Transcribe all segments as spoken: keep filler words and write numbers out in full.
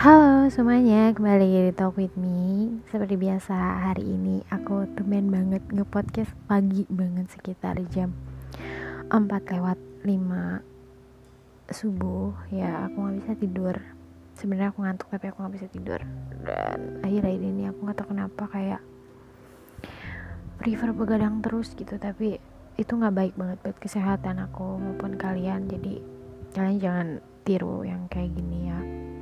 Halo semuanya, kembali lagi di Talk With Me. Seperti biasa, hari ini aku tumben banget nge-podcast pagi banget, sekitar jam empat lewat lima subuh. Ya, aku gak bisa tidur. Sebenarnya aku ngantuk tapi aku gak bisa tidur. Dan akhir-akhir ini aku gak tahu kenapa kayak prefer begadang terus gitu. Tapi itu gak baik banget buat kesehatan aku maupun kalian. Jadi kalian jangan tiru yang kayak gini ya.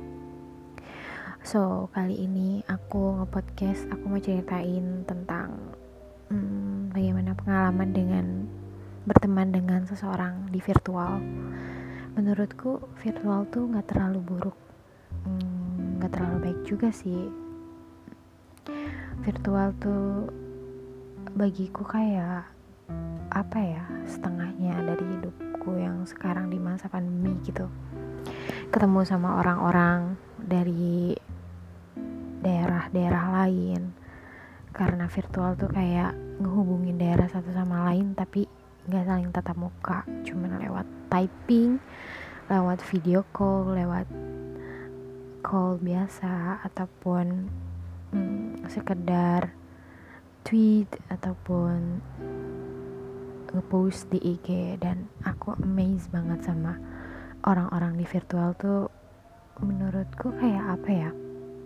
So, kali ini aku nge-podcast, aku mau ceritain tentang hmm, bagaimana pengalaman dengan berteman dengan seseorang di virtual. Menurutku virtual tuh gak terlalu buruk, hmm, gak terlalu baik juga sih. Virtual tuh bagiku kayak apa ya, setengahnya dari hidupku yang sekarang di masa pandemi gitu. Ketemu sama orang-orang dari daerah-daerah lain, karena virtual tuh kayak ngehubungin daerah satu sama lain tapi gak saling tatap muka, cuman lewat typing, lewat video call, lewat call biasa, ataupun hmm, sekedar tweet ataupun ngepost di I G. Dan aku amazed banget sama orang-orang di virtual tuh. Menurutku kayak apa ya,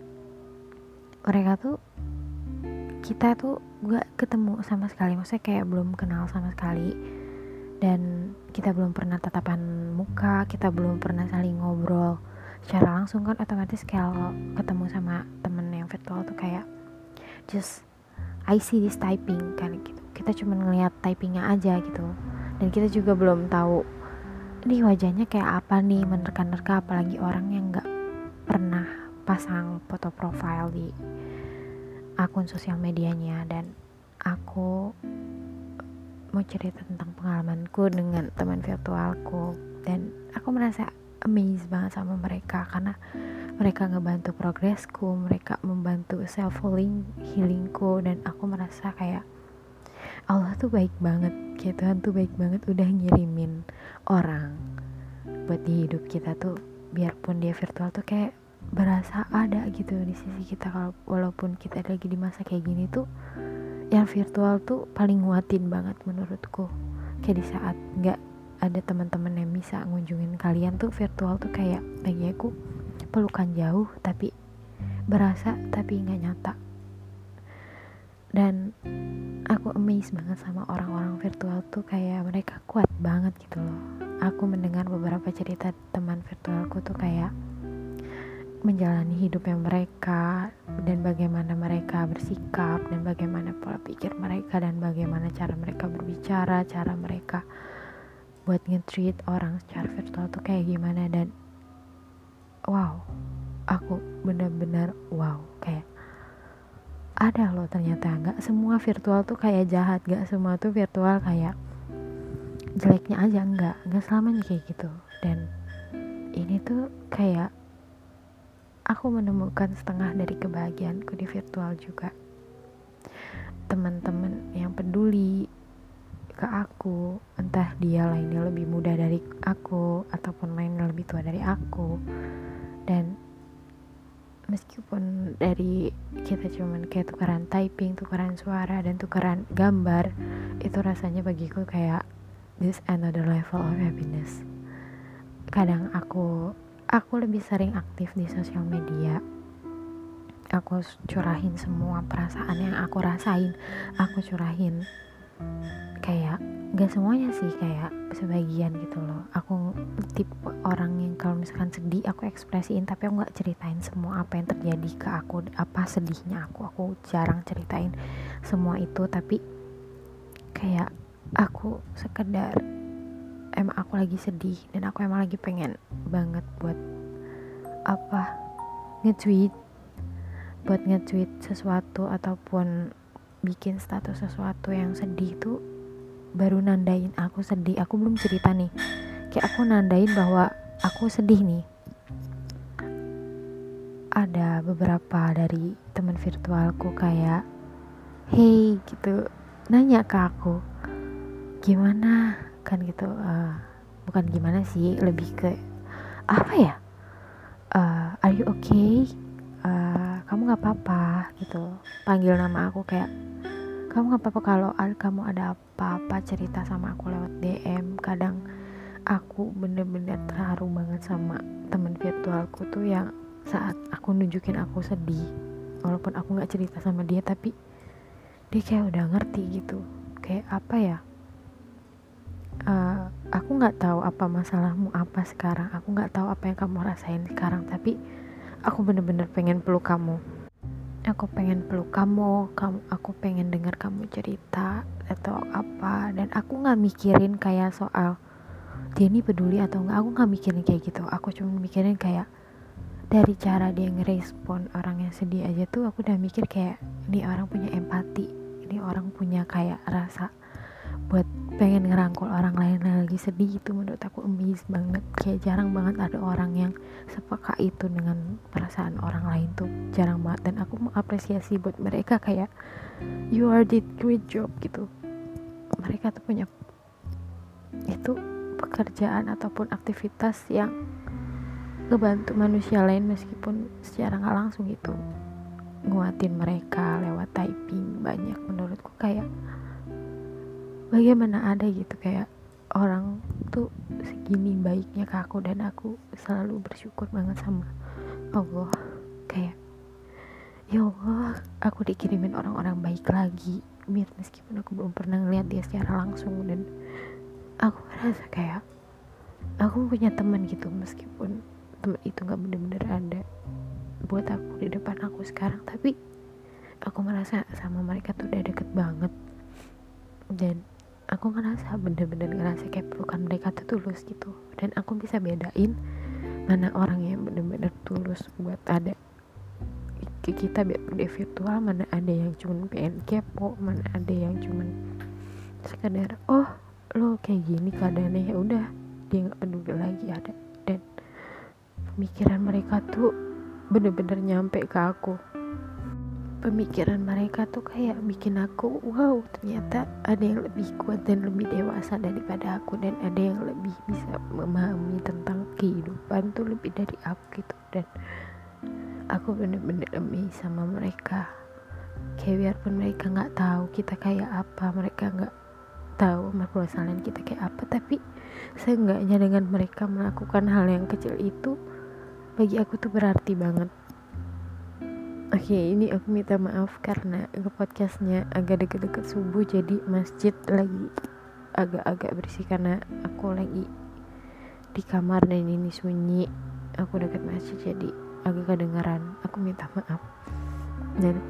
mereka tuh, kita tuh gak ketemu sama sekali, maksudnya kayak belum kenal sama sekali, dan kita belum pernah tatapan muka, kita belum pernah saling ngobrol secara langsung kan. Otomatis kalau ketemu sama temen yang virtual tuh kayak just I see this typing kan gitu, kita cuma ngeliat typingnya aja gitu, dan kita juga belum tahu ini wajahnya kayak apa nih, menerka-nerka, apalagi orang yang gak pernah pasang foto profile di akun sosial medianya. Dan aku mau cerita tentang pengalamanku dengan teman virtualku, dan aku merasa amazed banget sama mereka karena mereka ngebantu progresku, mereka membantu self healing healingku, dan aku merasa kayak Allah tuh baik banget, kayak Tuhan tuh baik banget udah ngirimin orang buat di hidup kita tuh, biarpun dia virtual tuh kayak berasa ada gitu di sisi kita. Kalau walaupun kita lagi di masa kayak gini tuh, yang virtual tuh paling nguatin banget menurutku. Kayak di saat nggak ada teman-teman yang bisa ngunjungin kalian tuh, virtual tuh kayak bagi aku pelukan jauh tapi berasa tapi nggak nyata. Dan aku amazed banget sama orang-orang virtual tuh, kayak mereka kuat banget gitu loh. Aku mendengar beberapa cerita teman virtualku tuh kayak menjalani hidupnya mereka, dan bagaimana mereka bersikap, dan bagaimana pola pikir mereka, dan bagaimana cara mereka berbicara, cara mereka buat nge-treat orang secara virtual tuh kayak gimana. Dan wow, aku benar-benar wow, kayak ada loh ternyata gak semua virtual tuh kayak jahat, gak semua tuh virtual kayak jeleknya aja, enggak, enggak selamanya kayak gitu. Dan ini tuh kayak aku menemukan setengah dari kebahagiaanku di virtual juga. Teman-teman yang peduli ke aku, entah dia lainnya lebih muda dari aku ataupun lainnya lebih tua dari aku, dan meskipun dari kita cuman kayak tukeran typing, tukeran suara, dan tukeran gambar, itu rasanya bagiku kayak this another level of happiness. Kadang aku aku lebih sering aktif di sosial media, aku curahin semua perasaan yang aku rasain, aku curahin kayak gak semuanya sih, kayak sebagian gitu loh. Aku tipe orang yang kalau misalkan sedih aku ekspresiin, tapi aku gak ceritain semua apa yang terjadi ke aku, apa sedihnya aku aku jarang ceritain semua itu. Tapi kayak aku sekedar emang aku lagi sedih, dan aku emang lagi pengen banget buat apa nge-tweet buat nge-tweet sesuatu ataupun bikin status sesuatu yang sedih tuh, baru nandain aku sedih. Aku belum cerita nih, kayak aku nandain bahwa aku sedih nih. Ada beberapa dari teman virtualku kayak hey gitu, nanya ke aku gimana kan gitu, uh, bukan gimana sih, lebih ke apa ya, uh, are you you okay? Uh, kamu nggak apa-apa gitu, panggil nama aku kayak kamu nggak apa-apa kalau kamu ada apa-apa cerita sama aku lewat D M. Kadang aku bener-bener terharu banget sama teman virtualku tuh yang saat aku nunjukin aku sedih, walaupun aku nggak cerita sama dia tapi dia kayak udah ngerti gitu. Kayak apa ya, uh, aku nggak tahu apa masalahmu apa sekarang, aku nggak tahu apa yang kamu rasain sekarang, tapi aku bener-bener pengen peluk kamu. Aku pengen peluk kamu, kamu aku pengen dengar kamu cerita atau apa. Dan aku nggak mikirin kayak soal dia ini peduli atau enggak, aku nggak mikirin kayak gitu. Aku cuma mikirin kayak dari cara dia ngerespon orang yang sedih aja tuh aku udah mikir kayak ini orang punya empati, ini orang punya kayak rasa buat pengen ngerangkul orang lain yang lagi sedih. Itu menurut aku amazing banget. Kayak jarang banget ada orang yang sepeka itu dengan perasaan orang lain tuh, jarang banget. Dan aku mau apresiasi buat mereka, kayak you are did great job gitu. Mereka tuh punya itu pekerjaan ataupun aktivitas yang ngebantu manusia lain meskipun secara nggak langsung gitu, nguatin mereka lewat typing banyak. Menurutku kayak bagaimana ada gitu kayak orang tuh segini baiknya ke aku, dan aku selalu bersyukur banget sama Allah. Kayak ya Allah, aku dikirimin orang-orang baik lagi meskipun aku belum pernah ngeliat dia secara langsung. Dan aku merasa kayak aku punya teman gitu, meskipun teman itu gak bener-bener ada buat aku di depan aku sekarang, tapi aku merasa sama mereka tuh udah deket banget. Dan aku ngerasa bener-bener ngerasa kayak pelukan mereka tuh tulus gitu. Dan aku bisa bedain mana orang yang bener-bener tulus buat ada ke kita di virtual, mana ada yang cuman pengen kepo, mana ada yang cuman sekedar oh lo kayak gini keadaannya, ya udah dia nggak peduli lagi ada. Dan pemikiran mereka tuh bener-bener nyampe ke aku. Pemikiran mereka tuh kayak bikin aku wow, ternyata ada yang lebih kuat dan lebih dewasa daripada aku, dan ada yang lebih bisa memahami tentang kehidupan tuh lebih dari aku gitu. Dan aku bener-bener amazed sama mereka. Kayak biarpun mereka gak tahu kita kayak apa, mereka gak tahu permasalahan kita kayak apa, tapi seenggaknya dengan mereka melakukan hal yang kecil itu bagi aku tuh berarti banget. Oke, okay, ini aku minta maaf karena podcastnya agak deket-deket subuh, jadi masjid lagi agak-agak bersih karena aku lagi di kamar dan ini sunyi. Aku deket masjid jadi agak kedengeran. Aku minta maaf. Dan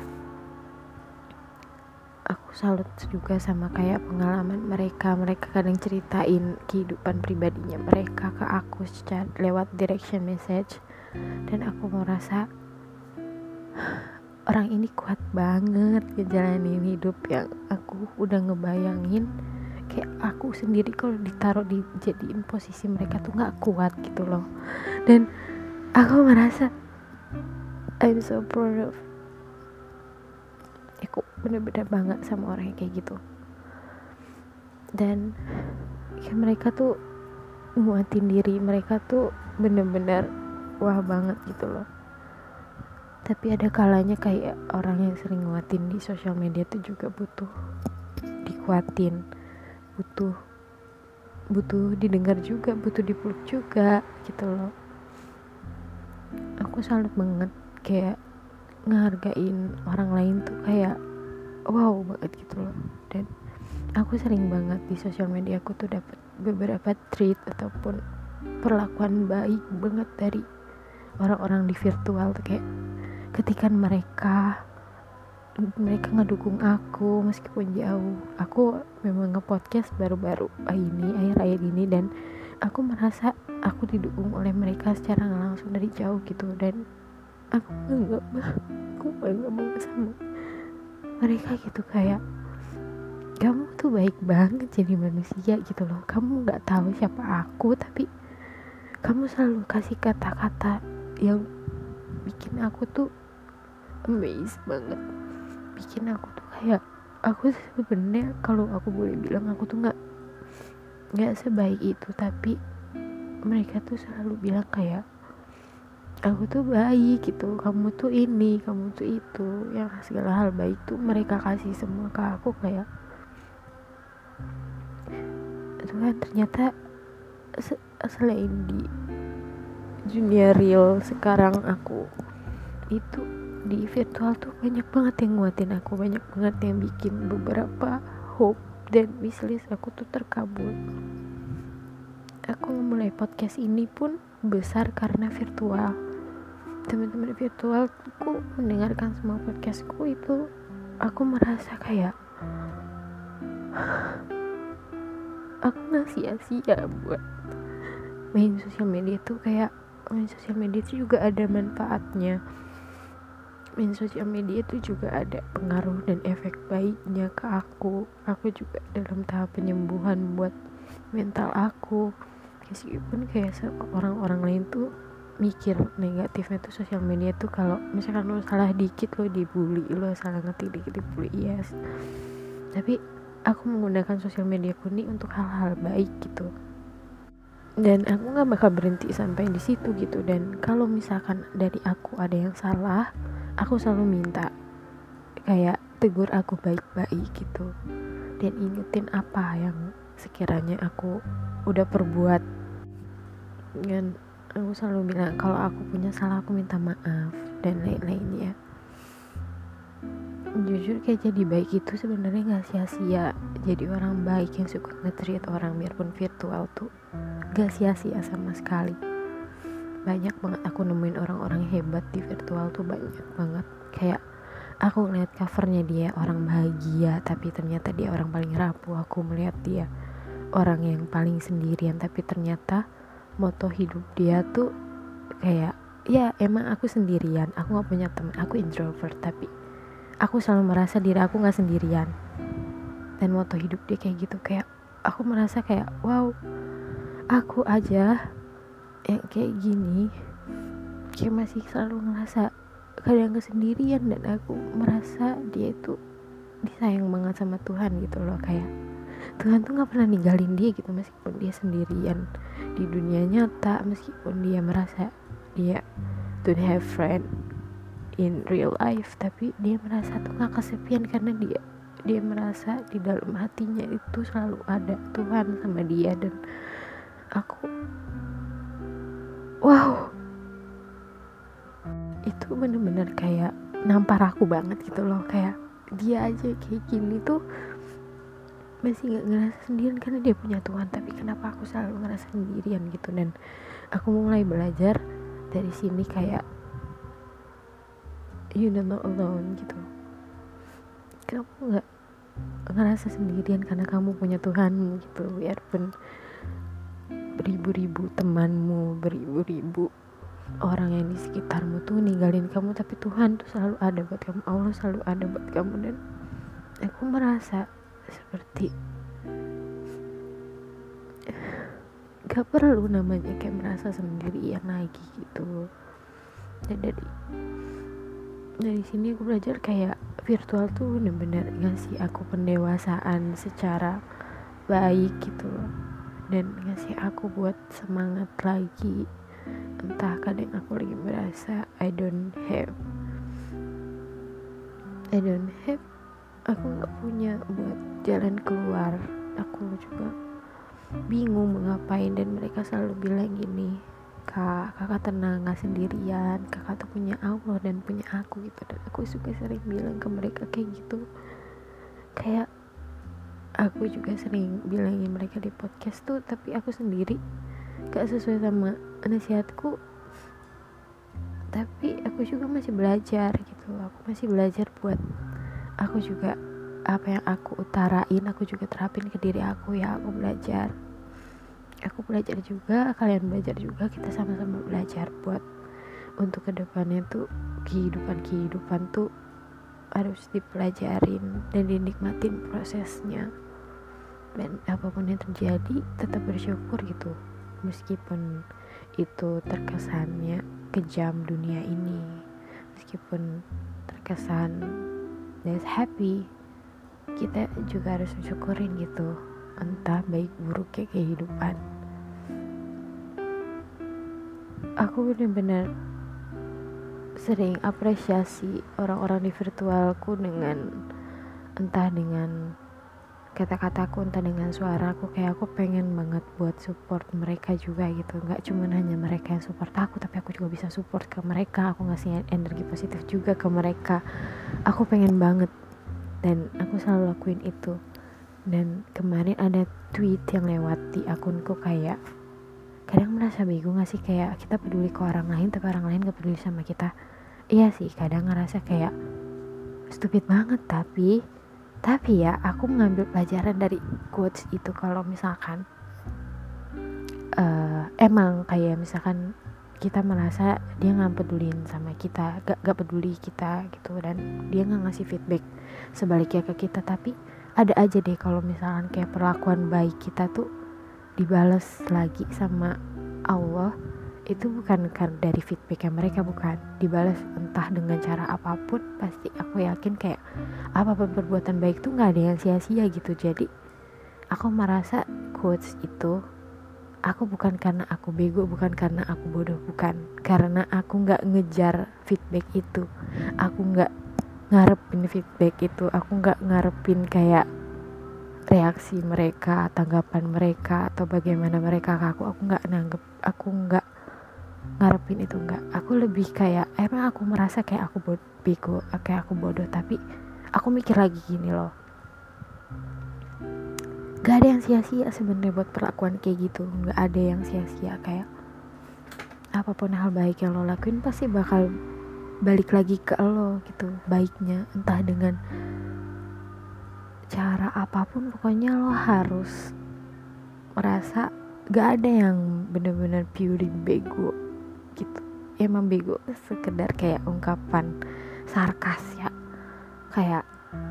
aku salut juga sama kayak pengalaman mereka. Mereka kadang ceritain kehidupan pribadinya mereka ke aku secara lewat direction message, dan aku merasa orang ini kuat banget ngejalanin hidup yang aku udah ngebayangin kayak aku sendiri kalau ditaruh dijadiin posisi mereka tuh nggak kuat gitu loh. Dan aku merasa I'm so proud of, aku bener-bener bangga sama orang yang kayak gitu. Dan ya mereka tuh nguatin diri, mereka tuh bener-bener wah banget gitu loh. Tapi ada kalanya kayak orang yang sering nguatin di sosial media tuh juga butuh dikuatin, butuh butuh didengar juga, butuh dipeluk juga gitu loh. Aku salut banget kayak ngehargain orang lain tuh kayak wow banget gitu loh. Dan aku sering banget di sosial media aku tuh dapat beberapa treat ataupun perlakuan baik banget dari orang-orang di virtual tuh, kayak ketika mereka mereka ngedukung aku meskipun jauh. Aku memang nge-podcast baru-baru ini akhir-akhir ini, dan aku merasa aku didukung oleh mereka secara langsung dari jauh gitu. Dan aku bangga aku bangga banget sama mereka gitu. Kayak kamu tuh baik banget jadi manusia gitu loh. Kamu gak tahu siapa aku, tapi kamu selalu kasih kata-kata yang bikin aku tuh amazed banget, bikin aku tuh kayak aku sebenarnya kalau aku boleh bilang aku tuh nggak nggak sebaik itu, tapi mereka tuh selalu bilang kayak aku tuh baik gitu, kamu tuh ini, kamu tuh itu, yang segala hal baik tuh mereka kasih semua ke aku. Kayak Tuhan, ternyata se- selain di dunia real sekarang aku itu, di virtual tuh banyak banget yang nguatin aku, banyak banget yang bikin beberapa hope dan wishlist aku tuh terkabul. Aku memulai podcast ini pun besar karena virtual. Teman-teman virtualku mendengarkan semua podcastku itu, aku merasa kayak aku nggak sia-sia buat main sosial media tuh. Kayak main sosial media itu juga ada manfaatnya, main sosial media itu juga ada pengaruh dan efek baiknya ke aku. Aku juga dalam tahap penyembuhan buat mental aku, meskipun kayak orang-orang lain tuh mikir negatifnya tuh sosial media tuh kalau misalkan lo salah dikit lo dibully, lo salah ngetik dikit dibully. Yes, tapi aku menggunakan sosial media ini untuk hal-hal baik gitu, dan aku nggak bakal berhenti sampai di situ gitu. Dan kalau misalkan dari aku ada yang salah, aku selalu minta kayak tegur aku baik-baik gitu, dan ingetin apa yang sekiranya aku udah perbuat. Dan aku selalu bilang kalau aku punya salah aku minta maaf dan lain-lainnya. Jujur kayak jadi baik itu sebenarnya nggak sia-sia. Jadi orang baik yang suka nge-treat orang biarpun virtual tuh gak sia-sia sama sekali. Banyak banget aku nemuin orang-orang hebat di virtual tuh, banyak banget. Kayak aku ngeliat covernya dia orang bahagia tapi ternyata dia orang paling rapuh. Aku melihat dia orang yang paling sendirian tapi ternyata moto hidup dia tuh kayak, ya emang aku sendirian, aku gak punya teman, aku introvert, tapi aku selalu merasa diri aku gak sendirian. Dan moto hidup dia kayak gitu. Kayak aku merasa kayak wow, aku aja yang kayak gini kayak masih selalu ngerasa kadang kesendirian. Dan aku merasa dia itu disayang banget sama Tuhan gitu loh. Kayak Tuhan tuh gak pernah ninggalin dia gitu, meskipun dia sendirian di dunia nyata, meskipun dia merasa dia don't have friend in real life, tapi dia merasa tuh gak kesepian karena dia dia merasa di dalam hatinya itu selalu ada Tuhan sama dia. Dan aku wow, itu bener-bener kayak nampar aku banget gitu loh. Kayak dia aja kayak gini tuh masih gak ngerasa sendirian karena dia punya Tuhan, tapi kenapa aku selalu ngerasa sendirian gitu. Dan aku mulai belajar dari sini kayak you not alone gitu. Kamu gak ngerasa sendirian karena kamu punya Tuhanmu gitu. Biarpun beribu-ribu temanmu, beribu-ribu orang yang di sekitarmu tuh ninggalin kamu, tapi Tuhan tuh selalu ada buat kamu, Allah selalu ada buat kamu. Dan aku merasa seperti gak perlu namanya kayak merasa sendirian lagi gitu. Dan dari dari sini aku belajar kayak virtual tuh bener-bener ngasih aku pendewasaan secara baik gitu loh, dan ngasih aku buat semangat lagi. Entah kadang aku lagi merasa I don't have I don't have aku gak punya buat jalan keluar, aku juga bingung mau ngapain. Dan mereka selalu bilang gini, kak, kakak tenang, gak sendirian, kakak tuh punya Allah dan punya aku gitu. Dan aku juga sering bilang ke mereka kayak gitu. Kayak aku juga sering bilangin mereka di podcast tuh, tapi aku sendiri gak sesuai sama nasihatku. Tapi aku juga masih belajar gitu, aku masih belajar buat aku juga apa yang aku utarain aku juga terapin ke diri aku. Ya aku belajar, aku belajar juga, kalian belajar juga, kita sama-sama belajar buat untuk kedepannya tuh kehidupan-kehidupan tuh harus dipelajarin dan dinikmatin prosesnya. Dan apapun yang terjadi tetap bersyukur gitu, meskipun itu terkesannya kejam dunia ini, meskipun terkesan less happy, kita juga harus mensyukurin gitu, entah baik buruknya kehidupan. Aku benar-benar sering apresiasi orang-orang di virtualku dengan entah dengan kata-kataku, entah dengan suaraku. Kayak aku pengen banget buat support mereka juga gitu. Gak cuman hanya mereka yang support aku, tapi aku juga bisa support ke mereka. Aku ngasih energi positif juga ke mereka. Aku pengen banget, dan aku selalu lakuin itu. Dan kemarin ada tweet yang lewat di akunku, kayak kadang merasa bego gak sih, kayak kita peduli ke orang lain tapi orang lain gak peduli sama kita. Iya sih, kadang ngerasa kayak stupid banget, tapi tapi ya aku mengambil pelajaran dari quotes itu. Kalau misalkan uh, emang kayak misalkan kita merasa dia gak pedulin sama kita, gak, gak peduli kita gitu, dan dia gak ngasih feedback sebaliknya ke kita, tapi ada aja deh kalau misalkan kayak perlakuan baik kita tuh dibales lagi sama Allah, itu bukan karena dari feedbacknya mereka, bukan, dibales entah dengan cara apapun. Pasti aku yakin kayak apapun perbuatan baik tuh gak ada yang sia-sia gitu. Jadi aku merasa quotes itu, aku bukan karena aku bego, bukan karena aku bodoh, bukan karena aku gak ngejar feedback itu, aku gak ngarepin feedback itu, aku gak ngarepin kayak reaksi mereka, tanggapan mereka, atau bagaimana mereka ke aku. Aku nggak nanggep, aku nggak ngarepin itu, nggak. Aku lebih kayak emang aku merasa kayak aku bod- bego, kayak aku bodoh, tapi aku mikir lagi gini loh, gak ada yang sia-sia sebenarnya buat perlakuan kayak gitu. Nggak ada yang sia-sia, kayak apapun hal baik yang lo lakuin pasti bakal balik lagi ke lo gitu, baiknya entah dengan cara apapun. Pokoknya lo harus merasa gak ada yang bener-bener pure bego gitu. Emang bego sekedar kayak ungkapan sarkas ya, kayak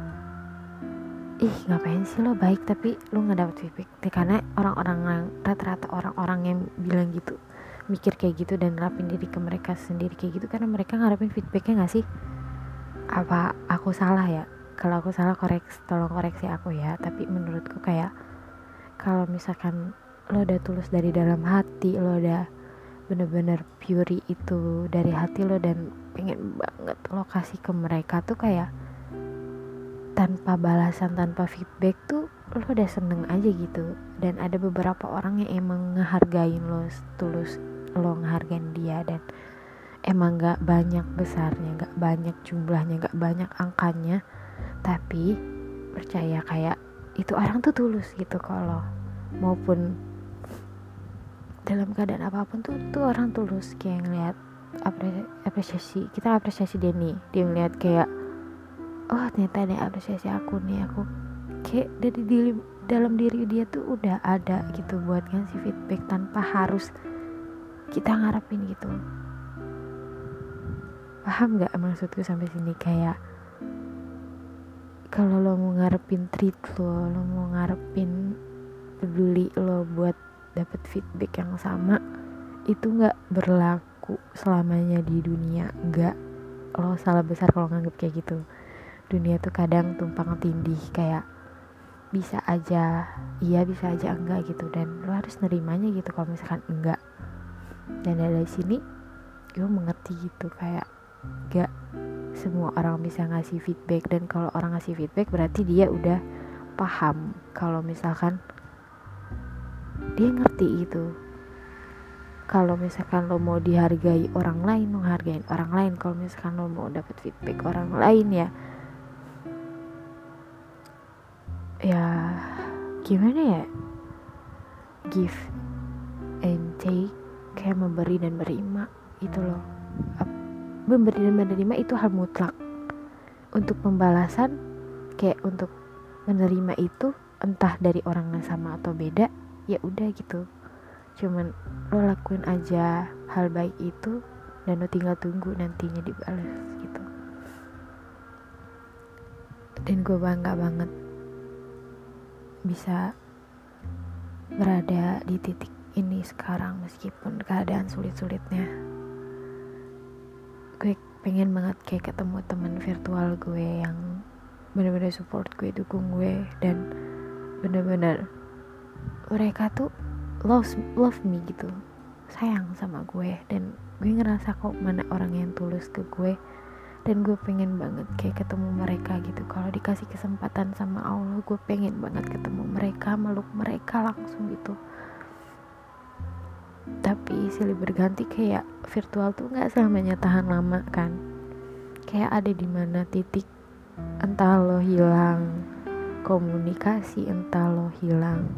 ih ngapain sih lo baik tapi lo gak dapet feedback. Karena orang-orang, rata-rata orang-orang yang bilang gitu mikir kayak gitu dan nerapin diri ke mereka sendiri kayak gitu karena mereka ngarepin feedbacknya gak sih? Apa aku salah ya? Kalau aku salah koreksi, tolong koreksi aku ya. Tapi menurutku kayak kalau misalkan lo udah tulus dari dalam hati, lo udah bener-bener pure itu dari hati lo dan pengen banget lo kasih ke mereka tuh, kayak tanpa balasan, tanpa feedback tuh lo udah seneng aja gitu. Dan ada beberapa orang yang emang ngehargain lo tulus lo ngehargain dia, dan emang gak banyak besarnya, gak banyak jumlahnya, gak banyak angkanya, tapi percaya kayak itu orang tuh tulus gitu. Kalau maupun dalam keadaan apapun tuh tuh orang tulus, kayak ngeliat apresiasi kita, apresiasi dia nih, dia ngeliat kayak oh ternyata ada apresiasi aku nih, aku kayak dari diri, dalam diri dia tuh udah ada gitu buat ngasih feedback tanpa harus kita ngarepin gitu. Paham gak maksudku sampai sini? Kayak kalau lo mau ngarepin treat lo, lo mau ngarepin peduli lo buat dapet feedback yang sama, itu nggak berlaku selamanya di dunia. Nggak, lo salah besar kalau nganggep kayak gitu. Dunia tuh kadang tumpang tindih, kayak bisa aja iya, bisa aja enggak gitu, dan lo harus nerimanya gitu kalau misalkan enggak. Dan dari sini gue mengerti gitu, kayak gak semua orang bisa ngasih feedback, dan kalau orang ngasih feedback berarti dia udah paham kalau misalkan dia ngerti itu. Kalau misalkan lo mau dihargai orang lain, lo hargain orang lain. Kalau misalkan lo mau dapet feedback orang lain, ya ya gimana ya, give and take, kayak memberi dan menerima itu loh. Memberi dan menerima itu hal mutlak. Untuk pembalasan, kayak untuk menerima itu entah dari orang yang sama atau beda, ya udah gitu. Cuman lo lakuin aja hal baik itu, dan lo tinggal tunggu nantinya dibalas gitu. Dan gue bangga banget bisa berada di titik ini sekarang, meskipun keadaan sulit-sulitnya. Gue pengen banget kayak ketemu teman virtual gue yang bener-bener support gue, dukung gue, dan bener-bener mereka tuh love, love me gitu. sayang sama gue, dan gue ngerasa kok mana orang yang tulus ke gue, dan gue pengen banget kayak ketemu mereka gitu. Kalau dikasih kesempatan sama Allah, gue pengen banget ketemu mereka, meluk mereka langsung gitu. Tapi silih berganti, kayak virtual tuh nggak selamanya tahan lama kan. Kayak ada di mana titik entah lo hilang komunikasi, entah lo hilang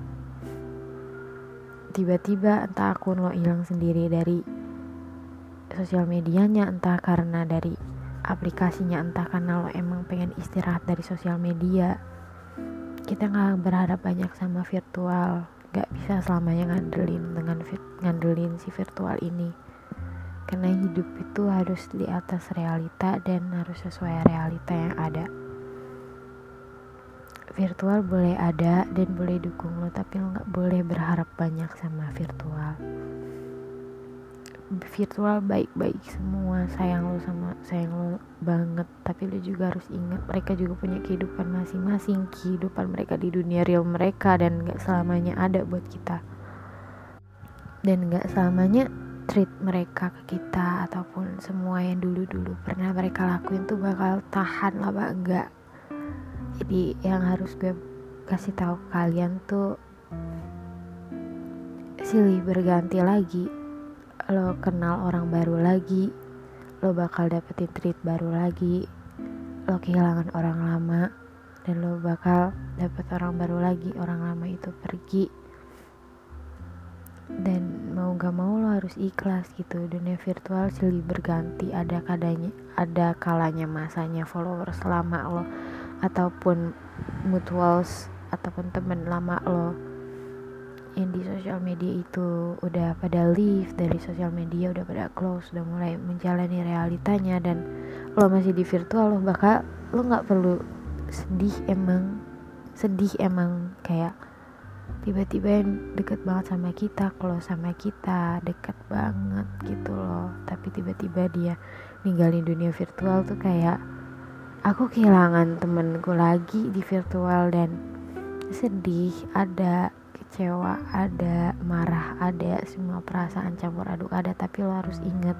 tiba-tiba, entah akun lo hilang sendiri dari sosial medianya, entah karena dari aplikasinya, entah karena lo emang pengen istirahat dari sosial media. Kita nggak berharap banyak sama virtual, nggak bisa selamanya ngandelin dengan ngandelin si virtual ini, karena hidup itu harus di atas realita dan harus sesuai realita yang ada. Virtual boleh ada dan boleh dukung lo, tapi lo nggak boleh berharap banyak sama virtual. Virtual baik-baik semua, sayang lo sama sayang lo banget, tapi lo juga harus ingat mereka juga punya kehidupan masing-masing, kehidupan mereka di dunia real mereka, dan nggak selamanya ada buat kita, dan nggak selamanya treat mereka ke kita ataupun semua yang dulu-dulu pernah mereka lakuin tuh bakal tahan lama, enggak. Jadi yang harus gue kasih tahu kalian tuh silih berganti lagi. Lo kenal orang baru lagi, lo bakal dapetin treat baru lagi. Lo kehilangan orang lama, dan lo bakal dapet orang baru lagi. Orang lama itu pergi, dan mau gak mau lo harus ikhlas gitu. Dunia virtual silih berganti, ada kadanya, ada kalanya masanya followers lama lo ataupun mutuals ataupun temen lama lo yang di sosial media itu udah pada leave dari sosial media, udah pada close, udah mulai menjalani realitanya, dan lo masih di virtual. Lo bakal, lo nggak perlu sedih, emang sedih emang kayak tiba-tiba yang deket banget sama kita, kalau sama kita deket banget gitu loh, tapi tiba-tiba dia ninggalin dunia virtual tuh kayak aku kehilangan temenku lagi di virtual, dan sedih, ada kecewa, ada marah, ada semua perasaan campur aduk ada. Tapi lo harus ingat,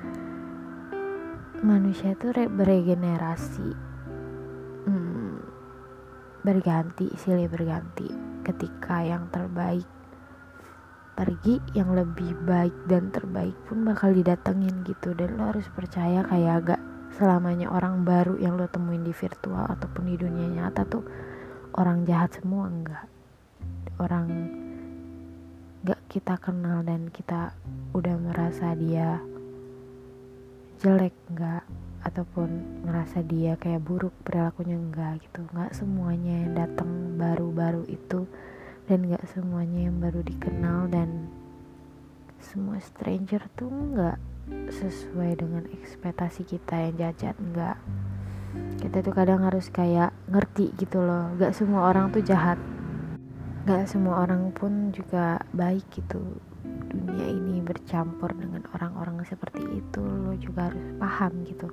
manusia itu re- beregenerasi, hmm, berganti, silih berganti. Ketika yang terbaik pergi, yang lebih baik dan terbaik pun bakal didatengin gitu. Dan lo harus percaya kayak gak selamanya orang baru yang lo temuin di virtual ataupun di dunia nyata tuh orang jahat semua, enggak. Orang gak kita kenal dan kita udah merasa dia jelek, enggak, ataupun ngerasa dia kayak buruk perilakunya, enggak gitu. Enggak semuanya yang datang baru-baru itu, dan enggak semuanya yang baru dikenal, dan semua stranger tuh enggak sesuai dengan ekspektasi kita yang jajan, enggak. Kita tuh kadang harus kayak ngerti gitu loh, enggak semua orang tuh jahat, enggak semua orang pun juga baik gitu. Dunia ini bercampur dengan orang-orang seperti itu, lo juga harus paham gitu.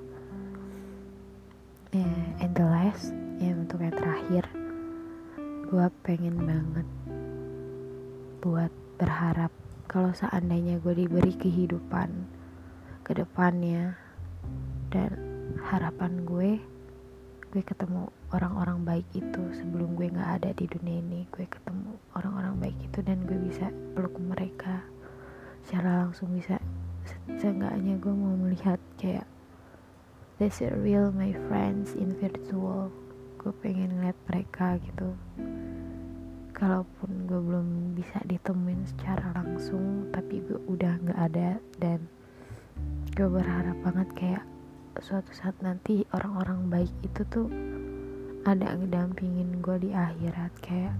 Yeah, and the last, ya untuk yang terakhir, gue pengen banget buat berharap kalau seandainya gue diberi kehidupan ke depannya, dan harapan gue gue ketemu orang-orang baik itu sebelum gue gak ada di dunia ini. Gue ketemu orang-orang baik itu dan gue bisa peluk mereka secara langsung, bisa seenggaknya gue mau melihat kayak that's it real my friends in virtual. Gue pengen lihat mereka gitu, kalaupun gue belum bisa ditemuin secara langsung, tapi gue udah gak ada. Dan gue berharap banget kayak suatu saat nanti orang-orang baik itu tuh ada ngedampingin gue di akhirat, kayak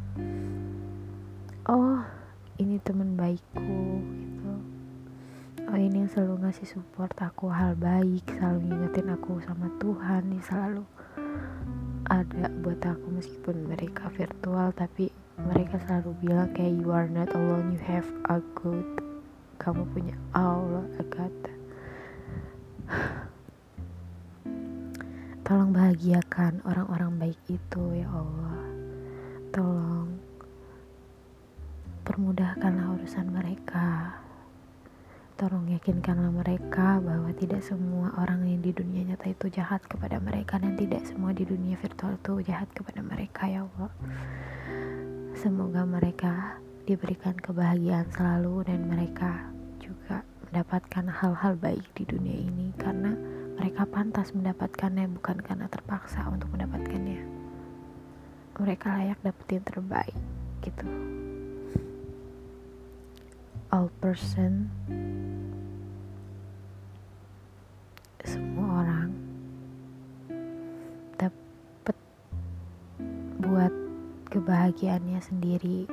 oh ini teman baikku gitu, oh ini yang selalu ngasih support aku hal baik, selalu ngingetin aku sama Tuhan, selalu ada buat aku meskipun mereka virtual, tapi mereka selalu bilang kayak you are not alone, you have a God, kamu punya Allah, a God. Tolong bahagiakan orang-orang baik itu ya Allah. Tolong permudahkanlah urusan mereka. tolong yakinkanlah mereka bahwa tidak semua orang yang di dunia nyata itu jahat kepada mereka, dan tidak semua di dunia virtual itu jahat kepada mereka, ya Allah. Semoga mereka diberikan kebahagiaan selalu, dan mereka juga mendapatkan hal-hal baik di dunia ini karena mereka pantas mendapatkannya, bukan karena terpaksa untuk mendapatkannya. Mereka layak dapetin terbaik gitu. All person, semua orang dapat buat kebahagiaannya sendiri,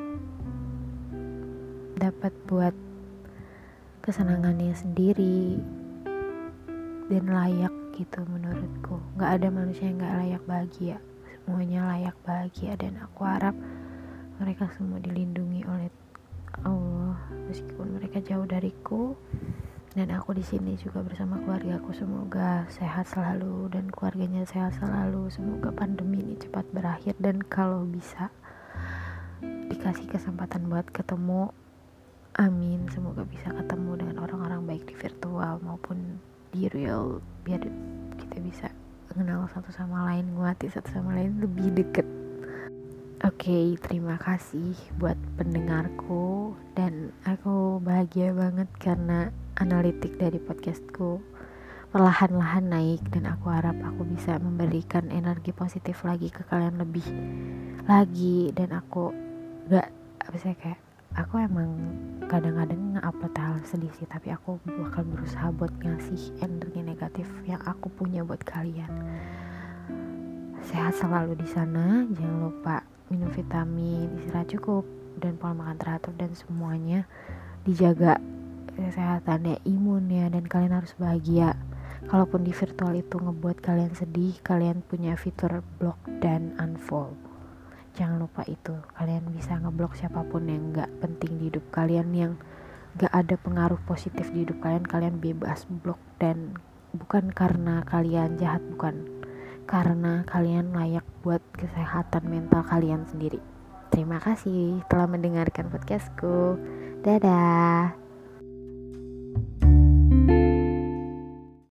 dapat buat kesenangannya sendiri, dan layak gitu menurutku. Gak ada manusia yang gak layak bahagia, semuanya layak bahagia, dan aku harap mereka semua dilindungi oleh Allah meskipun mereka jauh dariku, dan aku di sini juga bersama keluargaku. Semoga sehat selalu dan keluarganya sehat selalu. Semoga pandemi ini cepat berakhir, dan kalau bisa dikasih kesempatan buat ketemu, amin, semoga bisa ketemu dengan orang-orang baik di virtual maupun di real, biar kita bisa mengenal satu sama lain, nguati satu sama lain lebih deket. Oke, okay, terima kasih buat pendengarku, dan aku bahagia banget karena analitik dari podcastku perlahan-lahan naik, dan aku harap aku bisa memberikan energi positif lagi ke kalian lebih lagi. Dan aku gak, apa sih, kayak aku emang kadang-kadang nge-upload hal sedih sih, tapi aku bakal berusaha buat ngasih energi negatif yang aku punya buat kalian. Sehat selalu di sana, jangan lupa minum vitamin, istirahat cukup, dan pola makan teratur, dan semuanya dijaga kesehatannya, imunnya, dan kalian harus bahagia. Kalaupun di virtual itu ngebuat kalian sedih, kalian punya fitur block dan unfollow. Jangan lupa itu, kalian bisa ngeblok siapapun yang gak penting di hidup kalian, yang gak ada pengaruh positif di hidup kalian. Kalian bebas blok, dan bukan karena kalian jahat, bukan, karena kalian layak buat kesehatan mental kalian sendiri. Terima kasih telah mendengarkan podcastku. Dadah.